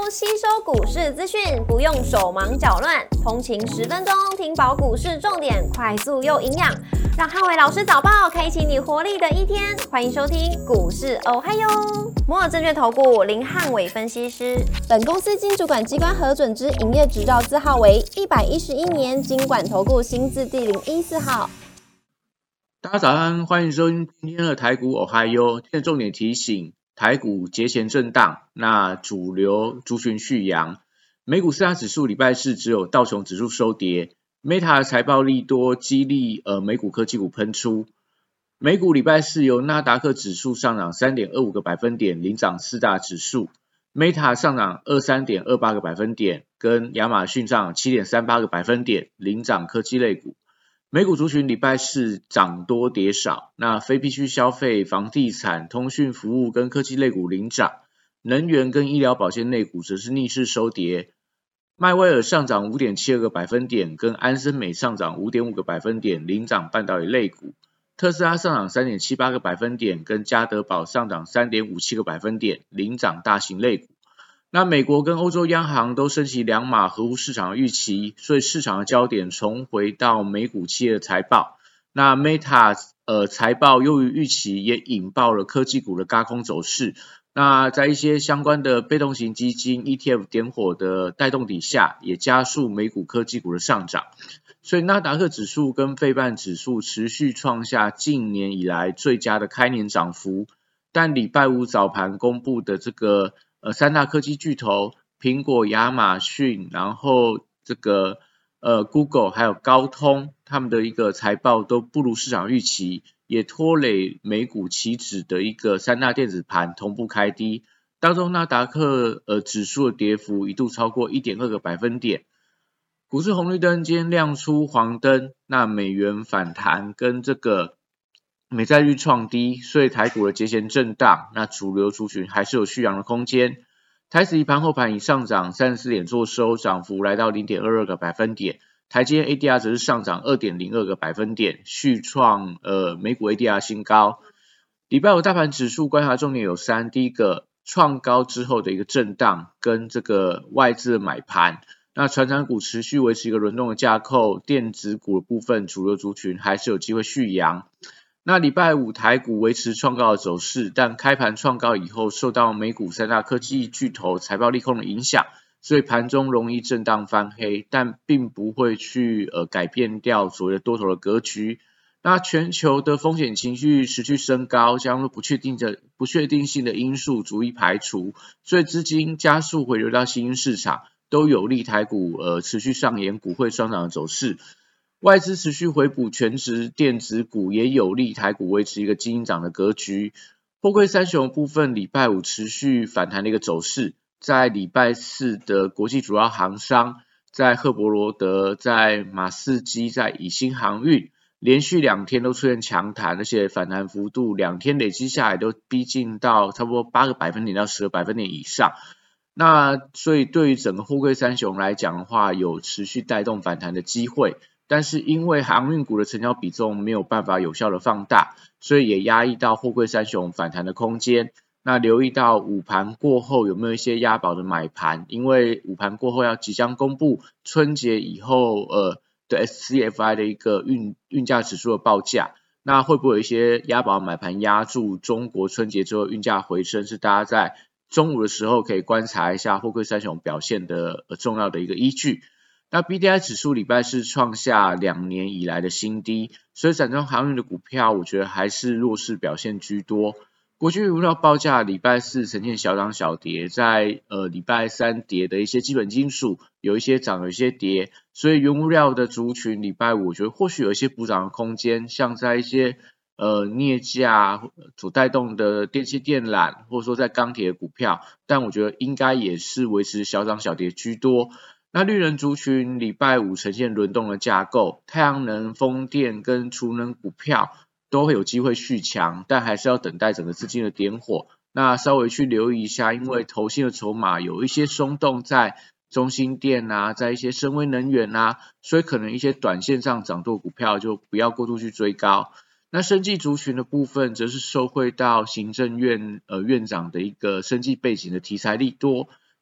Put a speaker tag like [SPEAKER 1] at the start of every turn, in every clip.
[SPEAKER 1] 吸收股市资讯，不用手忙脚乱，通勤10分钟听饱股市重点，快速又营养，让汉伟老师早报开启你活力的一天。欢迎收听股市哦嗨哟，摩尔证券投顾林汉伟分析师。本公司经主管机关核准之营业执照字号为111年金管投顾新字第014号。
[SPEAKER 2] 大家早安，欢迎收听今天的台股哦嗨哟。今天重点提醒，台股节前震荡，那主流族群续扬。美股四大指数礼拜四只有道琼指数收跌 ，Meta 的财报利多激励美股科技股喷出。美股礼拜四由纳达克指数上涨 3.25 个百分点，领涨四大指数 ，Meta 上涨 23.28 个百分点，跟亚马逊上涨 7.38 个百分点，领涨科技类股。美股族群礼拜四涨多跌少，那非必需消费、房地产、通讯服务跟科技类股领涨，能源跟医疗保健类股则是逆势收跌。迈威尔上涨 5.72 个百分点，跟安森美上涨 5.5 个百分点，领涨半导体类股。特斯拉上涨 3.78 个百分点，跟嘉德宝上涨 3.57 个百分点，领涨大型类股。那美国跟欧洲央行都升息2码，合乎市场的预期，所以市场的焦点重回到美股企业的财报。那 Meta 财报优于预期，也引爆了科技股的軋空走势。那在一些相关的被动型基金 ETF 点火的带动底下，也加速美股科技股的上涨。所以纳达克指数跟费半指数持续创下近年以来最佳的开年涨幅，但礼拜五早盘公布的这个三大科技巨头苹果、亚马逊，然后这个Google 还有高通，他们的一个财报都不如市场预期，也拖累美股期指的一个三大电子盘同步开低，当中纳达克指数的跌幅一度超过 1.2 个百分点。股市红绿灯今天亮出黄灯，那美元反弹跟这个美债率创低，所以台股的节前震荡，那主流族群还是有续扬的空间。台指期盘后盘以上涨34点做收，涨幅来到 0.22 个百分点。台积电 ADR 则是上涨 2.02 个百分点，续创美股 ADR 新高。礼拜五大盘指数观察重点有3，第一个创高之后的一个震荡，跟这个外资的买盘。那传产股持续维持一个轮动的架构，电子股的部分主流族群还是有机会续扬。那礼拜五台股维持创高的走势，但开盘创高以后受到美股三大科技巨头财报利空的影响，所以盘中容易震荡翻黑，但并不会去改变掉所谓的多头的格局。那全球的风险情绪持续升高，加上不确定性的因素逐一排除，所以资金加速回流到新兴市场，都有利台股持续上演股汇双涨的走势。外资持续回补全职电子股，也有利台股维持一个金涨的格局。货柜三雄部分礼拜五持续反弹的一个走势，在礼拜四的国际主要航商，在赫伯罗德、在马士基、在以新航运，连续2天都出现强弹，而且反弹幅度2天累积下来都逼近到差不多8个百分点到10个百分点以上。那所以对于整个货柜三雄来讲的话，有持续带动反弹的机会。但是因为航运股的成交比重没有办法有效的放大，所以也压抑到货柜三雄反弹的空间。那留意到午盘过后有没有一些押宝的买盘，因为午盘过后要即将公布春节以后的 SCFI 的一个运价指数的报价，那会不会有一些押宝买盘压住中国春节之后运价回升，是大家在中午的时候可以观察一下货柜三雄表现的重要的一个依据。那 BDI 指数礼拜四创下2年以来的新低，所以散装航运的股票我觉得还是弱势表现居多。国际原料报价礼拜四呈现小涨小跌，在礼拜三跌的一些基本金属有一些涨有一些跌，所以原物料的族群礼拜五我觉得或许有一些补涨的空间，像在一些镍价所带动的电气电缆，或者说在钢铁的股票，但我觉得应该也是维持小涨小跌居多。那绿能族群礼拜五呈现轮动的架构，太阳能、风电跟储能股票都会有机会续强，但还是要等待整个资金的点火。那稍微去留意一下，因为投信的筹码有一些松动在中兴电啊，在一些深威能源啊，所以可能一些短线上涨多股票就不要过度去追高。那生技族群的部分则是受惠到行政院院长的一个生技背景的题材利多，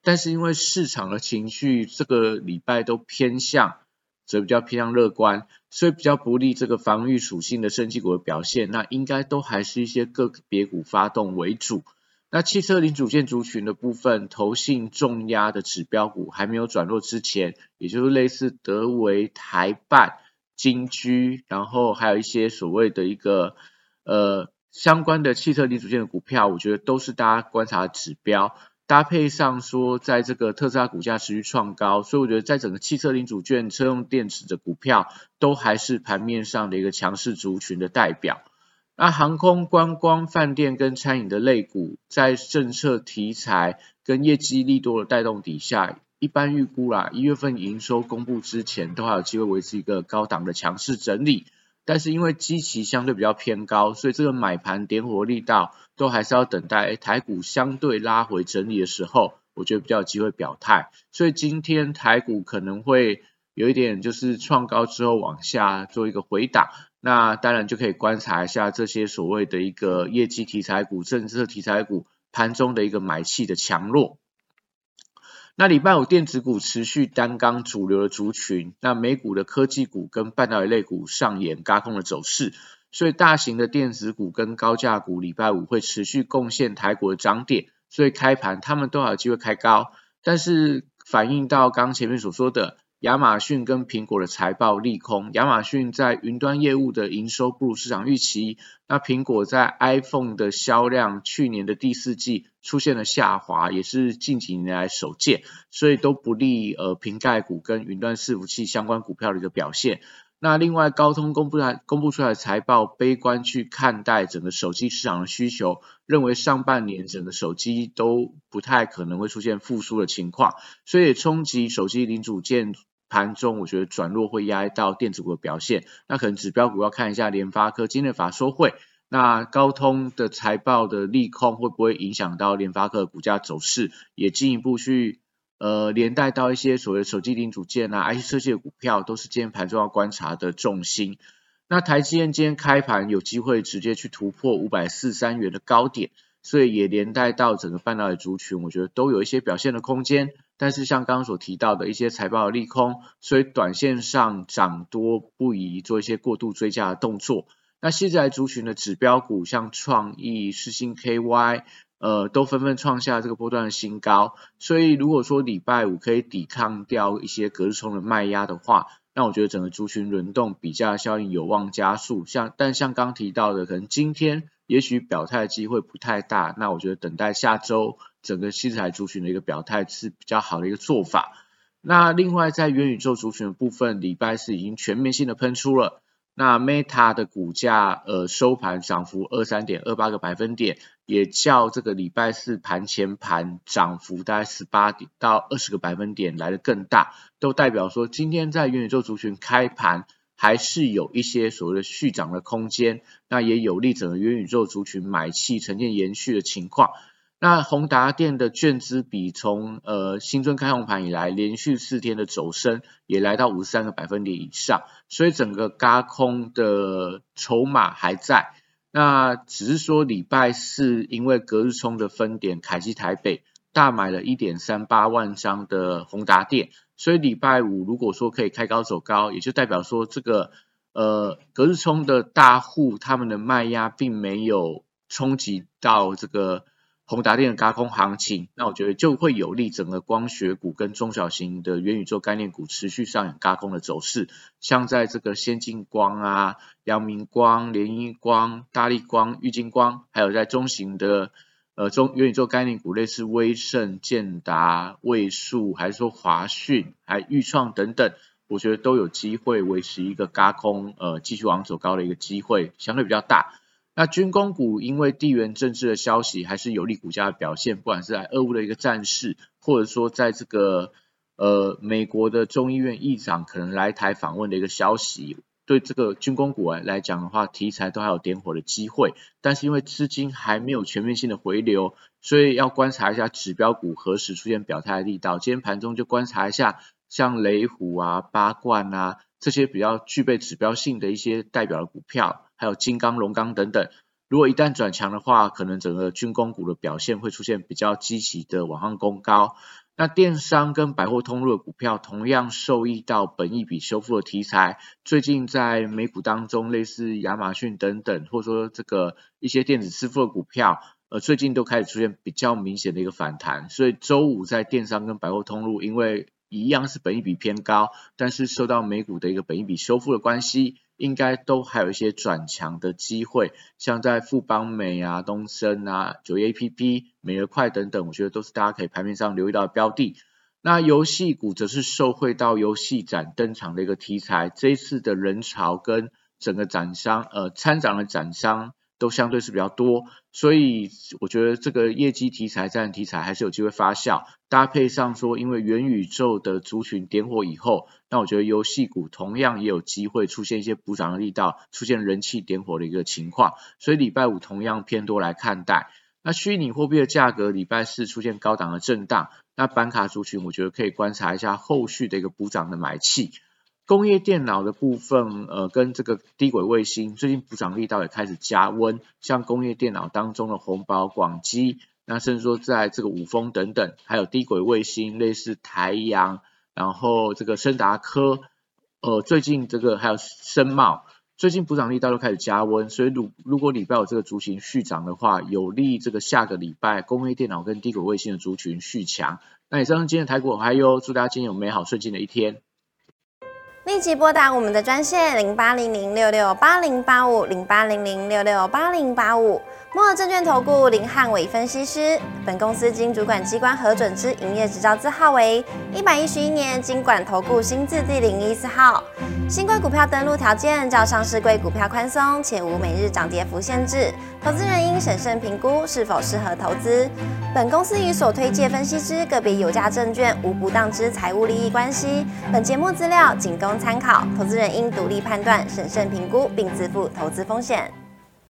[SPEAKER 2] 但是因为市场的情绪这个礼拜都比较偏向乐观，所以比较不利这个防御属性的生技股的表现，那应该都还是一些个别股发动为主。那汽车零组件族群的部分，投信重压的指标股还没有转弱之前，也就是类似德微、台半、金居，然后还有一些所谓的一个相关的汽车零组件的股票，我觉得都是大家观察的指标。搭配上说，在这个特斯拉股价持续创高，所以我觉得在整个汽车零组件、车用电池的股票，都还是盘面上的一个强势族群的代表。那航空、观光、饭店跟餐饮的类股，在政策题材跟业绩利多的带动底下，一般预估啦，1月份营收公布之前，都还有机会维持一个高档的强势整理。但是因为基期相对比较偏高，所以这个买盘点火力道都还是要等待台股相对拉回整理的时候，我觉得比较有机会表态。所以今天台股可能会有一点就是创高之后往下做一个回档，那当然就可以观察一下这些所谓的一个业绩题材股、政策题材股盘中的一个买气的强弱。那礼拜五电子股持续担纲主流的族群，那美股的科技股跟半导体类股上演軋空的走势，所以大型的电子股跟高价股礼拜五会持续贡献台股的涨点，所以开盘他们都有机会开高，但是反映到刚前面所说的亚马逊跟苹果的财报利空，亚马逊在云端业务的营收不如市场预期，那苹果在 iPhone 的销量去年的第四季出现了下滑，也是近几年来首见，所以都不利瓶盖股跟云端伺服器相关股票的一个表现。那另外高通公布出来的财报悲观去看待整个手机市场的需求，认为上半年整个手机都不太可能会出现复苏的情况，所以也冲击手机零组件盘中我觉得转弱会压到电子股的表现，那可能指标股要看一下联发科今日法说会，那高通的财报的利空会不会影响到联发科的股价走势，也进一步去连带到一些所谓的手机零组件啊 IC 设计的股票，都是今天盘中要观察的重心。那台积电今天开盘有机会直接去突破543元的高点，所以也连带到整个半导体族群，我觉得都有一些表现的空间。但是像刚刚所提到的一些财报的利空，所以短线上涨多不宜做一些过度追加的动作。那细材族群的指标股，像创意、世芯 KY，都纷纷创下这个波段的新高。所以如果说礼拜五可以抵抗掉一些隔日冲的卖压的话，那我觉得整个族群轮动比价效应有望加速。但像刚提到的，可能今天也许表态的机会不太大，那我觉得等待下周整个细材族群的一个表态是比较好的一个做法。那另外在元宇宙族群的部分，礼拜四已经全面性的喷出了。那 Meta 的股价收盘涨幅 23.28 个百分点，也较这个礼拜四盘前盘涨幅大概18到20个百分点来得更大，都代表说今天在元宇宙族群开盘还是有一些所谓的续涨的空间，那也有利整个元宇宙族群买气呈现延续的情况。那宏达电的券资比从新春开红盘以来连续4天的走升，也来到53个百分点以上，所以整个軋空的筹码还在。那只是说礼拜四因为隔日冲的分点凯基台北大买了 1.38 万张的宏达电，所以礼拜五如果说可以开高走高，也就代表说这个隔日冲的大户他们的卖压并没有冲击到这个宏达电的軋空行情，那我觉得就会有利整个光学股跟中小型的元宇宙概念股持续上演軋空的走势，像在这个先进光啊、阳明光、联一光、大立光、玉晶光，还有在中型的元宇宙概念股，类似威盛、建达、位数，还是说华讯、还裕创等等，我觉得都有机会维持一个軋空继续往走高的一个机会，相对比较大。那军工股因为地缘政治的消息还是有利股价的表现，不管是在俄乌的一个战事，或者说在这个美国的众议院议长可能来台访问的一个消息，对这个军工股来讲的话，题材都还有点火的机会，但是因为资金还没有全面性的回流，所以要观察一下指标股何时出现表态的力道。今天盘中就观察一下像雷虎啊、八冠啊这些比较具备指标性的一些代表的股票，还有金刚、龙刚等等，如果一旦转强的话，可能整个军工股的表现会出现比较积极的往上攻高。 那电商跟百货通路的股票同样受益到本益比修复的题材，最近在美股当中，类似亚马逊等等，或者说这个一些电子支付的股票，最近都开始出现比较明显的一个反弹，所以周五在电商跟百货通路，因为一样是本益比偏高，但是受到美股的一个本益比修复的关系，应该都还有一些转强的机会，像在富邦美啊、东森啊、9APP、美而快等等，我觉得都是大家可以盘面上留意到的标的。那游戏股则是受惠到游戏展登场的一个题材，这一次的人潮跟整个展商参展的展商都相对是比较多，所以我觉得这个业绩题材、战题材还是有机会发酵，搭配上说因为元宇宙的族群点火以后，那我觉得游戏股同样也有机会出现一些补涨的力道，出现人气点火的一个情况，所以礼拜五同样偏多来看待。那虚拟货币的价格礼拜四出现高档的震荡，那板卡族群我觉得可以观察一下后续的一个补涨的买气。工业电脑的部分跟这个低轨卫星最近补涨力道也开始加温，像工业电脑当中的鸿宝、广基，那甚至说在这个五丰等等，还有低轨卫星类似台阳，然后这个昇达科最近这个还有深茂，最近补涨力道都开始加温，所以如果礼拜有这个族群续涨的话，有利这个下个礼拜工业电脑跟低轨卫星的族群续强。那以上是今天的台股Ohio，祝大家今天有美好顺境的一天。
[SPEAKER 1] 立即拨打我们的专线0800668085 0800668085。摩尔证券投顾林汉伟分析师，本公司经主管机关核准之营业执照字号为111年金管投顾新字第014号。新规股票登录条件较上市柜股票宽松，且无每日涨跌幅限制，投资人应审慎评估是否适合投资。本公司与所推介分析之个别有价证券无不当之财务利益关系。本节目资料仅供参考，投资人应独立判断、审慎评估，并自负投资风险。